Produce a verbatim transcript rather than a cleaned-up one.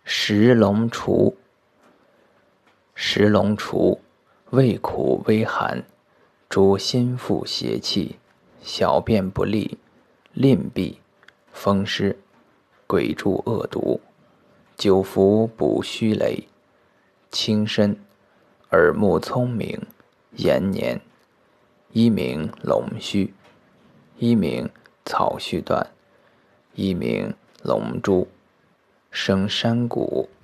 食龙除。食龙除，味苦微寒，主心腹邪气，小便不利，淋闭，风湿，鬼助恶毒，久服补虚羸，轻身，耳目聪明，延年。一名龙须，一名草须断，一名龙珠，生山谷，